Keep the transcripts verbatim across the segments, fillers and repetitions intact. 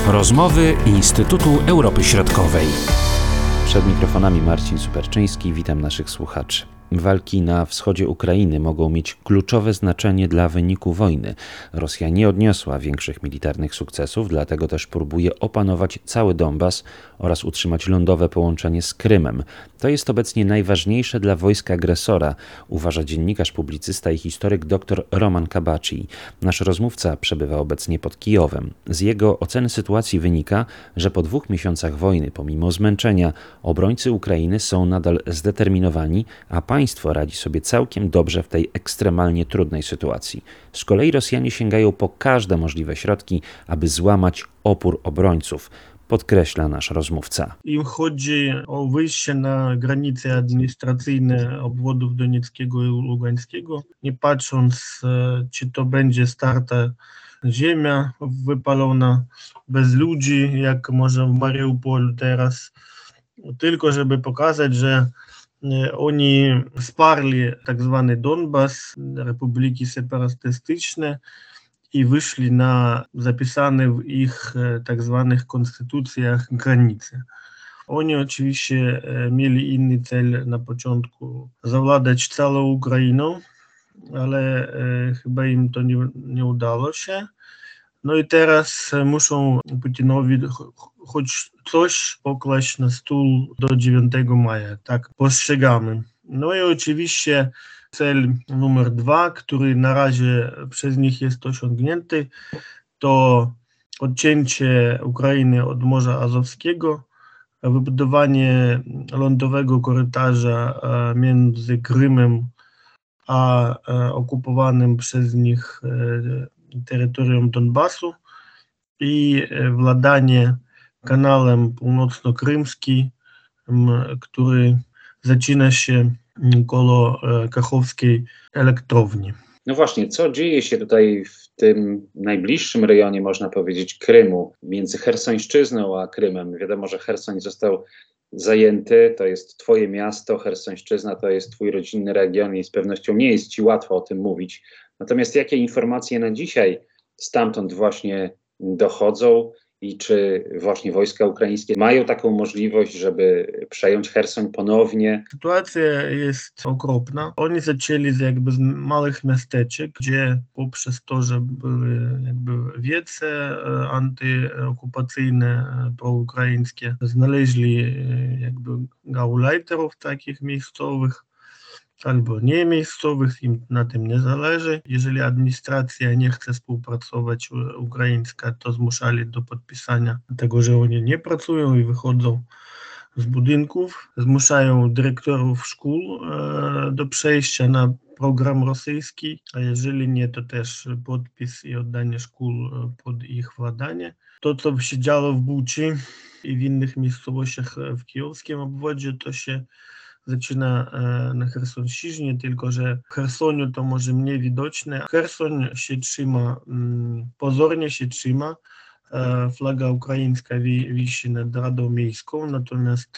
Rozmowy Instytutu Europy Środkowej. Przed mikrofonami Marcin Superczyński, witam naszych słuchaczy. Walki na wschodzie Ukrainy mogą mieć kluczowe znaczenie dla wyniku wojny. Rosja nie odniosła większych militarnych sukcesów, dlatego też próbuje opanować cały Donbas oraz utrzymać lądowe połączenie z Krymem. To jest obecnie najważniejsze dla wojsk agresora, uważa dziennikarz, publicysta i historyk dr Roman Kabaczy. Nasz rozmówca przebywa obecnie pod Kijowem. Z jego oceny sytuacji wynika, że po dwóch miesiącach wojny, pomimo zmęczenia, obrońcy Ukrainy są nadal zdeterminowani, a państwo radzi sobie całkiem dobrze w tej ekstremalnie trudnej sytuacji. Z kolei Rosjanie sięgają po każde możliwe środki, aby złamać opór obrońców, podkreśla nasz rozmówca. Im chodzi o wyjście na granice administracyjne obwodów donieckiego i lugańskiego, nie patrząc, czy to będzie starta ziemia wypalona, bez ludzi, jak może w Mariupolu teraz, tylko żeby pokazać, że oni wsparli tak zwany Donbas, republiki separatystyczne i wyszli na zapisane w ich tak zwanych konstytucjach granice. Oni oczywiście mieli inny cel na początku, zawładać całą Ukrainą, ale chyba im to nie, nie udało się. No i teraz muszą Putinowi choć coś pokłaść na stół do dziewiątego maja, tak postrzegamy. No i oczywiście cel numer dwa, który na razie przez nich jest osiągnięty, to odcięcie Ukrainy od Morza Azowskiego, wybudowanie lądowego korytarza między Krymem a okupowanym przez nich terytorium Donbasu i władanie kanałem północno-krymskim, który zaczyna się koło Kachowskiej elektrowni. No właśnie, co dzieje się tutaj w tym najbliższym rejonie, można powiedzieć, Krymu, między Chersońszczyzną a Krymem? Wiadomo, że Chersoń został zajęty, to jest twoje miasto, Chersońszczyzna to jest twój rodzinny region i z pewnością nie jest ci łatwo o tym mówić. Natomiast jakie informacje na dzisiaj stamtąd właśnie dochodzą i czy właśnie wojska ukraińskie mają taką możliwość, żeby przejąć Chersoń ponownie? Sytuacja jest okropna. Oni zaczęli z jakby z małych miasteczek, gdzie poprzez to, że były jakby wiece antyokupacyjne, proukraińskie, znaleźli jakby gaulajterów takich miejscowych, albo nie miejscowych, im na tym nie zależy. Jeżeli administracja nie chce współpracować ukraińska, to zmuszali do podpisania tego, że oni nie pracują i wychodzą z budynków. Zmuszają dyrektorów szkół e, do przejścia na program rosyjski, a jeżeli nie, to też podpis i oddanie szkół pod ich władanie. To, co się działo w Buczy i w innych miejscowościach w kijowskim obwodzie, to się zaczyna na Chersonszczyźnie, tylko że w Chersoniu to może mniej widoczne. Cherson się trzyma, pozornie się trzyma. Flaga ukraińska wisi nad Radą Miejską, natomiast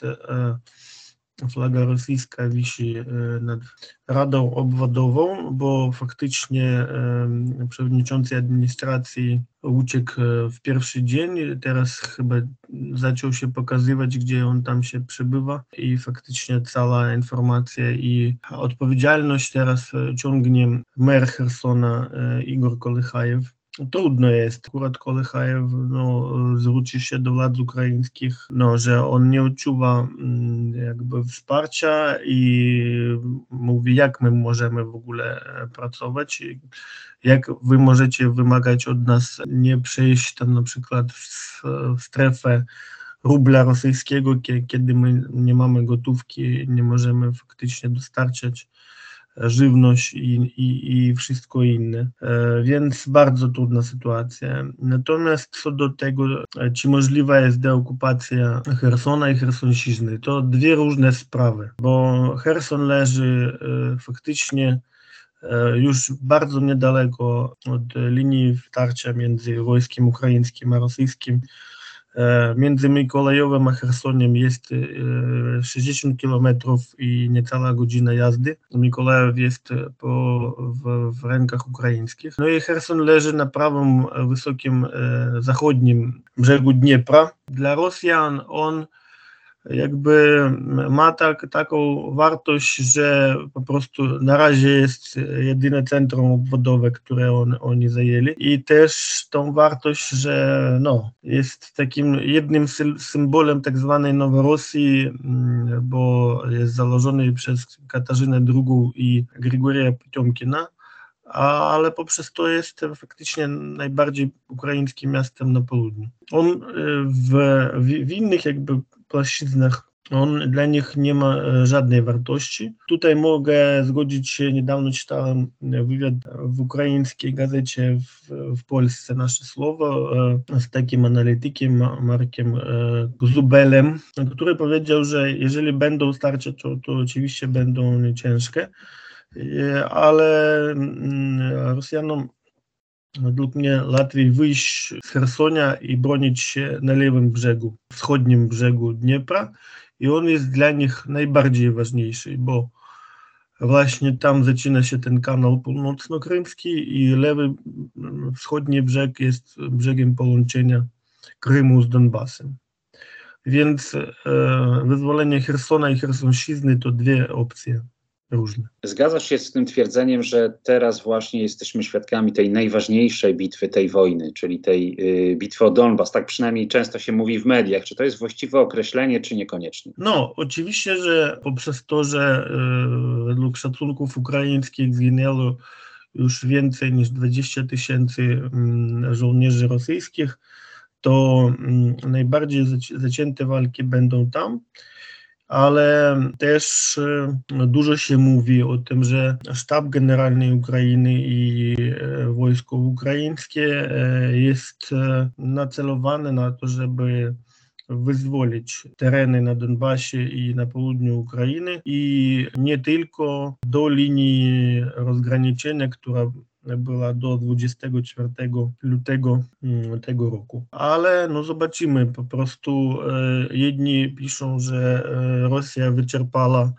flaga rosyjska wisi nad Radą Obwodową, bo faktycznie przewodniczący administracji uciekł w pierwszy dzień, teraz chyba zaczął się pokazywać, gdzie on tam się przebywa i faktycznie cała informacja i odpowiedzialność teraz ciągnie mer Chersona Igor Kolychajew. Trudno jest. Akurat Kolychajew no, zwróci się do władz ukraińskich, no, że on nie odczuwa jakby wsparcia i mówi, jak my możemy w ogóle pracować, jak wy możecie wymagać od nas nie przejść tam na przykład w, w strefę rubla rosyjskiego, kiedy my nie mamy gotówki, nie możemy faktycznie dostarczać żywność i, i, i wszystko inne, e, więc bardzo trudna sytuacja. Natomiast co do tego, czy możliwa jest deokupacja Chersona i Chersonszczyzny, to dwie różne sprawy, bo Cherson leży e, faktycznie e, już bardzo niedaleko od linii starcia między wojskiem ukraińskim a rosyjskim. Między Mikołajowem a Chersoniem jest sześćdziesiąt kilometrów i niecała godzina jazdy. Mikołajów jest po, w, w rękach ukraińskich. No i Cherson leży na prawym, wysokim zachodnim brzegu Dniepra. Dla Rosjan on jakby ma tak, taką wartość, że po prostu na razie jest jedyne centrum obwodowe, które on, oni zajęli i też tą wartość, że no, jest takim jednym symbolem tak zwanej Noworosji, bo jest założony przez Katarzynę drugą i Grigorija Potiomkina, ale poprzez to jest faktycznie najbardziej ukraińskim miastem na południu. On w, w, w innych jakby płaszczyznach, on dla nich nie ma żadnej wartości. Tutaj mogę zgodzić się, niedawno czytałem wywiad w ukraińskiej gazecie w, w Polsce Nasze Słowo z takim analitykiem Markiem Zubelem, który powiedział, że jeżeli będą starcia, to, to oczywiście będą one ciężkie, ale Rosjanom według mnie łatwiej wyjść z Chersonia i bronić się na lewym brzegu, wschodnim brzegu Dniepra i on jest dla nich najbardziej ważniejszy, bo właśnie tam zaczyna się ten kanał północno-krymski i lewy wschodni brzeg jest brzegiem połączenia Krymu z Donbasem. Więc e, wyzwolenie Chersona i Chersonszczyzny to dwie opcje różne. Zgadzasz się z tym twierdzeniem, że teraz właśnie jesteśmy świadkami tej najważniejszej bitwy tej wojny, czyli tej y, bitwy o Donbas, tak przynajmniej często się mówi w mediach. Czy to jest właściwe określenie, czy niekoniecznie? No, oczywiście, że poprzez to, że y, według szacunków ukraińskich zginęło już więcej niż dwadzieścia tysięcy y, żołnierzy rosyjskich, to y, najbardziej zacięte walki będą tam. Ale też dużo się mówi o tym, że sztab generalny Ukrainy i wojsko ukraińskie jest nacelowane na to, żeby wyzwolić tereny na Donbasie i na południu Ukrainy i nie tylko do linii rozgraniczenia, która była do dwudziestego czwartego lutego tego roku. Ale no zobaczymy, po prostu e, jedni piszą, że e, Rosja wyczerpała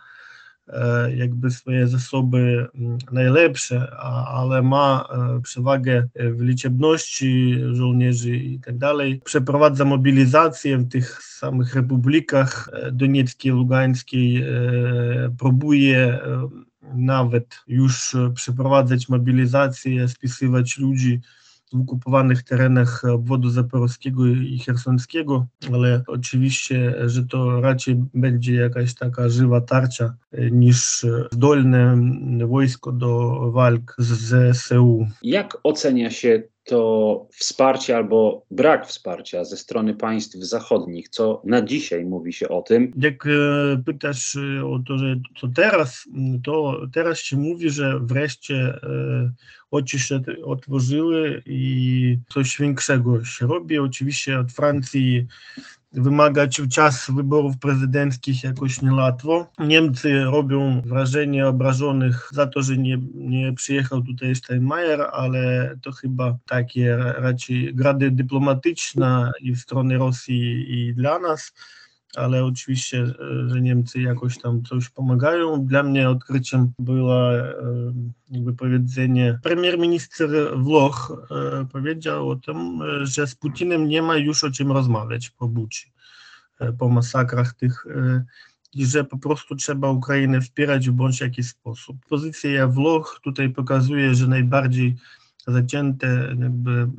e, jakby swoje zasoby najlepsze, a, ale ma e, przewagę w liczebności żołnierzy i tak dalej. Przeprowadza mobilizację w tych samych republikach Donieckiej, Lugańskiej, e, próbuje e, nawet już przeprowadzać mobilizację, spisywać ludzi w okupowanych terenach obwodu zaporowskiego i chersońskiego, ale oczywiście, że to raczej będzie jakaś taka żywa tarcza niż zdolne wojsko do walk z Z S U. Jak ocenia się to wsparcie albo brak wsparcia ze strony państw zachodnich? Co na dzisiaj mówi się o tym? Jak pytasz o to, że co teraz, to teraz się mówi, że wreszcie oczy się otworzyły i coś większego się robi. Oczywiście od Francji wymagać czas wyborów prezydenckich jakoś niełatwo. Niemcy robią wrażenie obrażonych za to, że nie, nie przyjechał tutaj Steinmeier, ale to chyba takie raczej grady dyplomatyczne i w stronę Rosji i dla nas, ale oczywiście, że Niemcy jakoś tam coś pomagają. Dla mnie odkryciem było jakby powiedzenie, premier-minister Włoch powiedział o tym, że z Putinem nie ma już o czym rozmawiać po Buczy, po masakrach tych i że po prostu trzeba Ukrainę wspierać w bądź jaki sposób. Pozycja Włoch tutaj pokazuje, że najbardziej zacięte jakby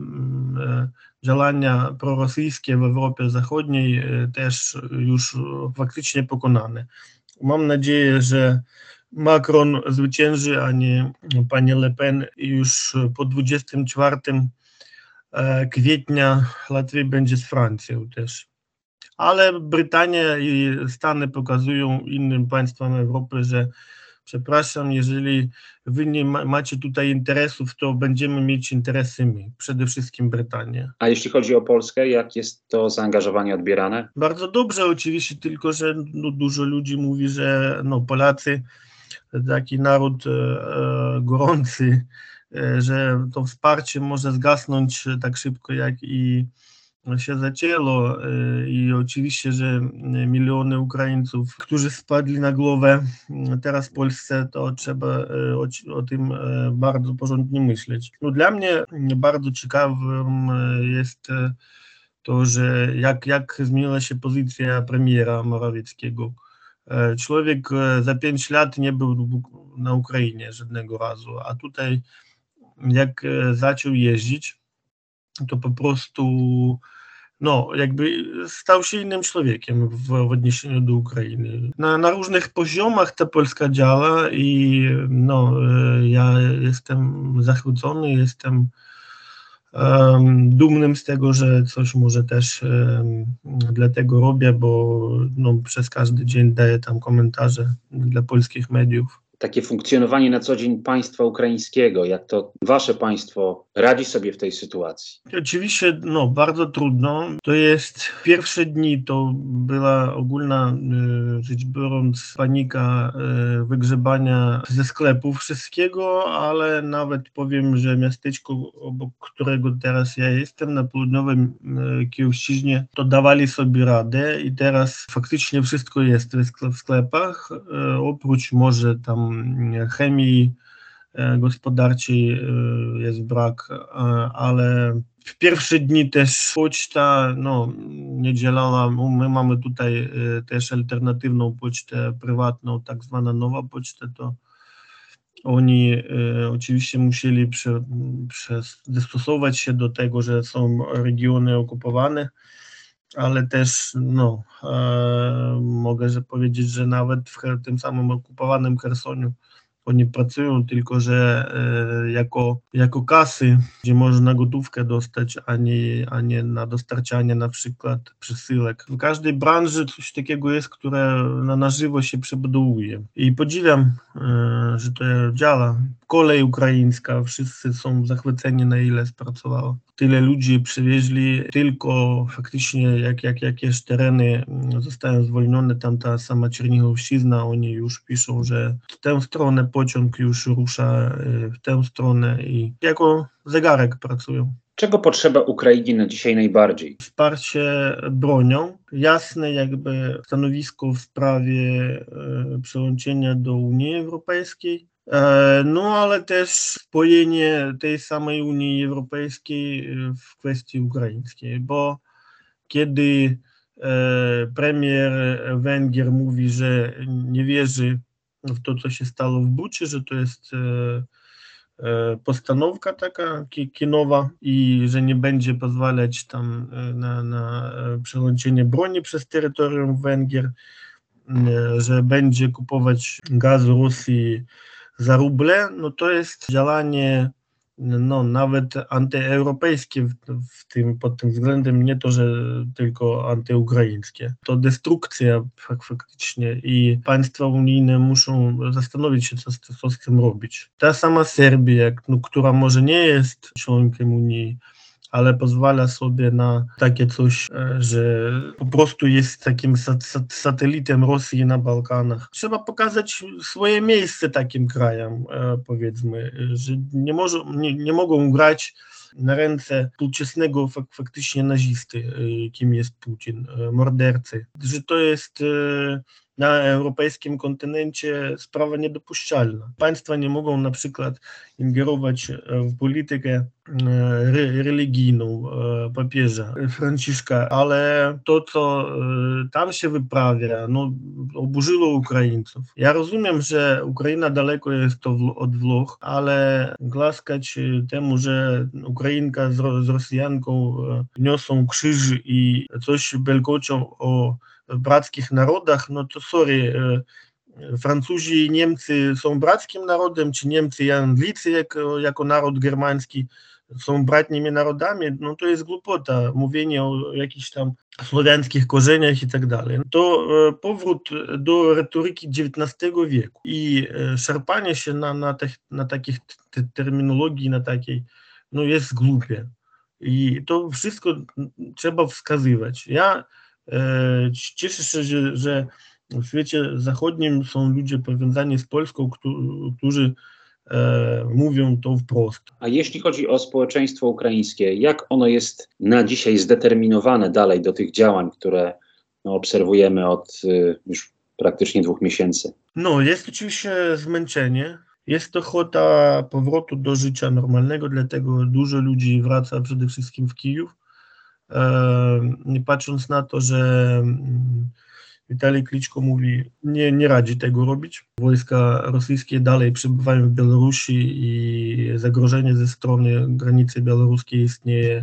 działania prorosyjskie w Europie Zachodniej też już faktycznie pokonane. Mam nadzieję, że Macron zwycięży, a nie pani Le Pen i już po dwudziestego czwartego kwietnia Łatwiej będzie z Francją też. Ale Brytania i Stany pokazują innym państwom Europy, że przepraszam, jeżeli wy nie ma, macie tutaj interesów, to będziemy mieć interesy my, przede wszystkim Brytania. A jeśli chodzi o Polskę, jak jest to zaangażowanie odbierane? Bardzo dobrze oczywiście, tylko że no, dużo ludzi mówi, że no, Polacy, taki naród e, gorący, e, że to wsparcie może zgasnąć tak szybko jak i się zaczęło i oczywiście, że miliony Ukraińców, którzy spadli na głowę teraz w Polsce, to trzeba o, o tym bardzo porządnie myśleć. No, dla mnie bardzo ciekawym jest to, że jak, jak zmieniła się pozycja premiera Morawieckiego. Człowiek za pięć lat nie był na Ukrainie żadnego razu, a tutaj jak zaczął jeździć, to po prostu no, jakby stał się innym człowiekiem w, w odniesieniu do Ukrainy. Na, na różnych poziomach ta Polska działa i no, ja jestem zachwycony, jestem um, dumnym z tego, że coś może też um, dlatego robię, bo no, przez każdy dzień daję tam komentarze dla polskich mediów. Takie funkcjonowanie na co dzień państwa ukraińskiego, jak to wasze państwo radzi sobie w tej sytuacji? Oczywiście no, bardzo trudno. To jest pierwsze dni, to była ogólna y, rzecz biorąc panika y, wygrzebania ze sklepów wszystkiego, ale nawet powiem, że miasteczko, obok którego teraz ja jestem, na południowym y, Kijowszczyźnie, to dawali sobie radę i teraz faktycznie wszystko jest w sklepach, y, oprócz może tam chemii gospodarczej jest brak, ale w pierwsze dni też poczta no, nie działała. My mamy tutaj też alternatywną pocztę prywatną, tak zwana nowa poczta, to oni oczywiście musieli prze, przez, dostosować się do tego, że są regiony okupowane, ale też no, e, mogę że powiedzieć, że nawet w tym samym okupowanym Chersoniu oni pracują, tylko że e, jako, jako kasy, gdzie można gotówkę dostać, a nie, a nie na dostarczanie na przykład przesyłek. W każdej branży coś takiego jest, które na, na żywo się przebudowuje. I podziwiam, e, że to działa. Kolej ukraińska, wszyscy są zachwyceni, na ile spracowało. Tyle ludzi przywieźli, tylko faktycznie jak, jak jakieś tereny zostają zwolnione, tam ta sama Czernichowszczyzna, oni już piszą, że w tę stronę pociąg już rusza, w tę stronę i jako zegarek pracują. Czego potrzeba Ukrainie na dzisiaj najbardziej? Wsparcie bronią, jasne jakby stanowisko w sprawie e, przyłączenia do Unii Europejskiej. No, ale też spojenie tej samej Unii Europejskiej w kwestii ukraińskiej, bo kiedy premier Węgier mówi, że nie wierzy w to, co się stało w Buczy, że to jest postanowka taka kinowa i że nie będzie pozwalać tam na, na przełączenie broni przez terytorium Węgier, że będzie kupować gaz Rosji za ruble, no to jest działanie no, nawet antyeuropejskie w, w tym, pod tym względem, nie to, że tylko antyukraińskie. To destrukcja faktycznie i państwa unijne muszą zastanowić się, co, co z tym robić. Ta sama Serbia, no, która może nie jest członkiem Unii, ale pozwala sobie na takie coś, że po prostu jest takim satelitem Rosji na Bałkanach. Trzeba pokazać swoje miejsce takim krajom, powiedzmy, że nie, może, nie, nie mogą grać na ręce współczesnego fak faktycznie nazisty, kim jest Putin, mordercy, że to jest na europejskim kontynencie sprawa niedopuszczalna. Państwa nie mogą na przykład ingerować w politykę re religijną papieża Franciszka, ale to, co tam się wyprawia, no, oburzyło Ukraińców. Ja rozumiem, że Ukraina daleko jest od Włoch, ale glaskać temu, że Ukrainka z, z Rosjanką niosą krzyż i coś belkoczą o brackich narodach, no to sorry, Francuzi i Niemcy są brackim narodem, czy Niemcy i Anglicy jako, jako naród germański są bratnimi narodami, no to jest głupota, mówienie o jakichś tam słowiańskich korzeniach i tak dalej. To powrót do retoryki dziewiętnastego wieku i szarpanie się na, na, te, na takich te, terminologii, na takiej, no jest głupie. I to wszystko trzeba wskazywać. Ja cieszę się, że, że w świecie zachodnim są ludzie powiązani z Polską, którzy e, mówią to wprost. A jeśli chodzi o społeczeństwo ukraińskie, jak ono jest na dzisiaj zdeterminowane dalej do tych działań, które no, obserwujemy od y, już praktycznie dwóch miesięcy? No, jest oczywiście zmęczenie. Jest ochota powrotu do życia normalnego, dlatego dużo ludzi wraca przede wszystkim w Kijów. E, patrząc na to, że Witalij Kliczko mówi, nie, nie radzi tego robić. Wojska rosyjskie dalej przebywają w Białorusi i zagrożenie ze strony granicy białoruskiej istnieje.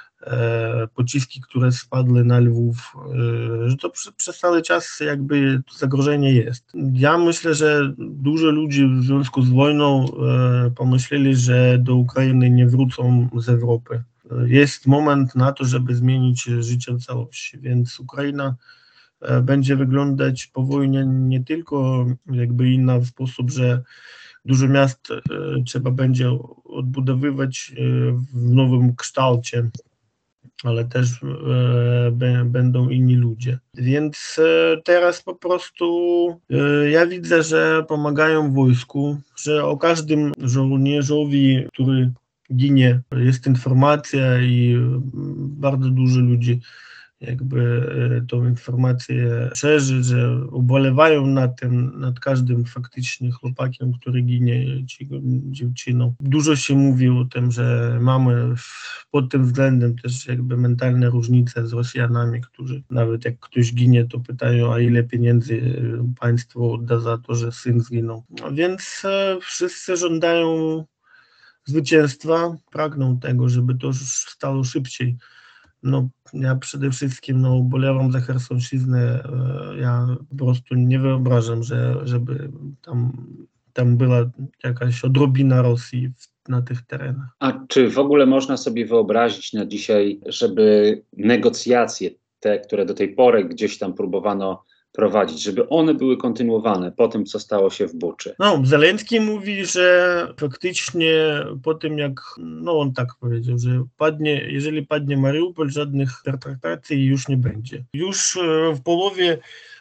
E, pociski, które spadły na Lwów, e, że to przy, przez cały czas jakby to zagrożenie jest. Ja myślę, że dużo ludzi w związku z wojną e, pomyśleli, że do Ukrainy nie wrócą z Europy. E, jest moment na to, żeby zmienić życie w całości, więc Ukraina e, będzie wyglądać po wojnie nie tylko jakby inna w sposób, że dużo miast e, trzeba będzie odbudowywać e, w nowym kształcie, ale też e, b, będą inni ludzie. Więc e, teraz po prostu e, ja widzę, że pomagają wojsku, że o każdym żołnierzowi, który ginie, jest informacja i bardzo dużo ludzi jakby e, tą informację szerzy, że ubolewają nad tym, nad każdym faktycznie chłopakiem, który ginie, czy dziewczyną. Dużo się mówi o tym, że mamy w, pod tym względem też jakby mentalne różnice z Rosjanami, którzy nawet jak ktoś ginie, to pytają, a ile pieniędzy państwo odda za to, że syn zginął. No więc e, wszyscy żądają zwycięstwa, pragną tego, żeby to stało szybciej. No, ja przede wszystkim no, ubolewam za Chersonszczyznę. Ja po prostu nie wyobrażam, że, żeby tam, tam była jakaś odrobina Rosji w, na tych terenach. A czy w ogóle można sobie wyobrazić na dzisiaj, żeby negocjacje, te, które do tej pory gdzieś tam próbowano prowadzić, żeby one były kontynuowane po tym, co stało się w Buczy? No, Zelenski mówi, że faktycznie po tym, jak, no on tak powiedział, że padnie, jeżeli padnie Mariupol, żadnych pertraktacji już nie będzie. Już w połowie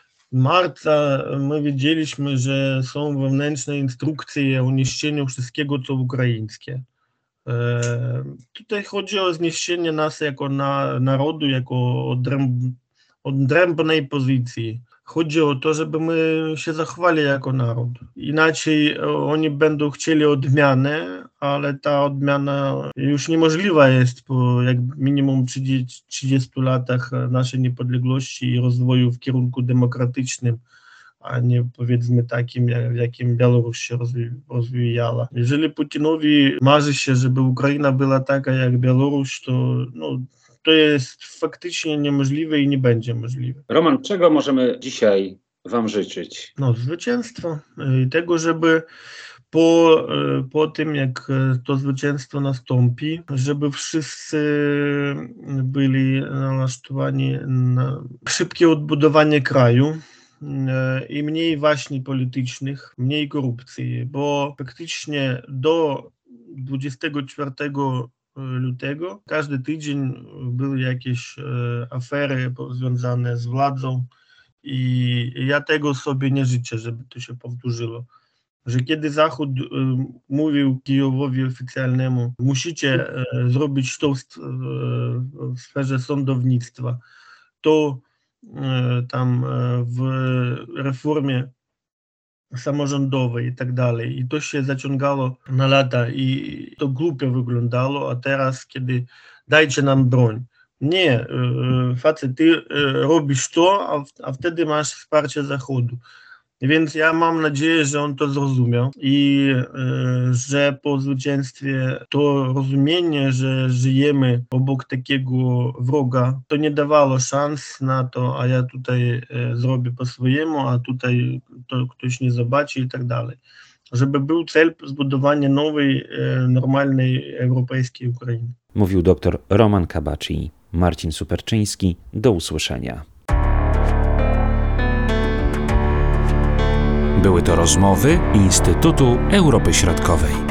marca my wiedzieliśmy, że są wewnętrzne instrukcje o niszczeniu wszystkiego, co ukraińskie. E, tutaj chodzi o zniszczenie nas jako na, narodu, jako odręb, odrębnej pozycji. Chodzi o to, żeby my się zachowali jako naród. Inaczej oni będą chcieli odmiany, ale ta odmiana już niemożliwa jest po jak minimum trzydziestu latach naszej niepodległości i rozwoju w kierunku demokratycznym, a nie powiedzmy takim, jak, w jakim Białoruś się rozwijała. Jeżeli Putinowi marzy się, żeby Ukraina była taka jak Białoruś, to no, to jest faktycznie niemożliwe i nie będzie możliwe. Roman, czego możemy dzisiaj wam życzyć? No, zwycięstwo. I tego, żeby po, po tym, jak to zwycięstwo nastąpi, żeby wszyscy byli nasztowani na szybkie odbudowanie kraju i mniej waśni politycznych, mniej korupcji, bo faktycznie do dwudziestego czwartego lutego każdy tydzień były jakieś afery związane z władzą i ja tego sobie nie życzę, żeby to się powtórzyło. Że kiedy Zachód mówił Kijowowi oficjalnemu, musicie zrobić to w sferze sądownictwa, to tam w reformie samorządowej i tak dalej. I to się zaciągało na lata i to głupio wyglądało, a teraz, kiedy dajcie nam broń. Nie, facet, ty robisz to, a, a wtedy masz wsparcie Zachodu. Więc ja mam nadzieję, że on to zrozumiał i y, że po zwycięstwie to rozumienie, że żyjemy obok takiego wroga, to nie dawało szans na to, a ja tutaj y, zrobię po swojemu, a tutaj to ktoś nie zobaczy i tak dalej. Żeby był cel zbudowania nowej, y, normalnej europejskiej Ukrainy. Mówił dr Roman Kabaczy. Marcin Superczyński. Do usłyszenia. Były to rozmowy Instytutu Europy Środkowej.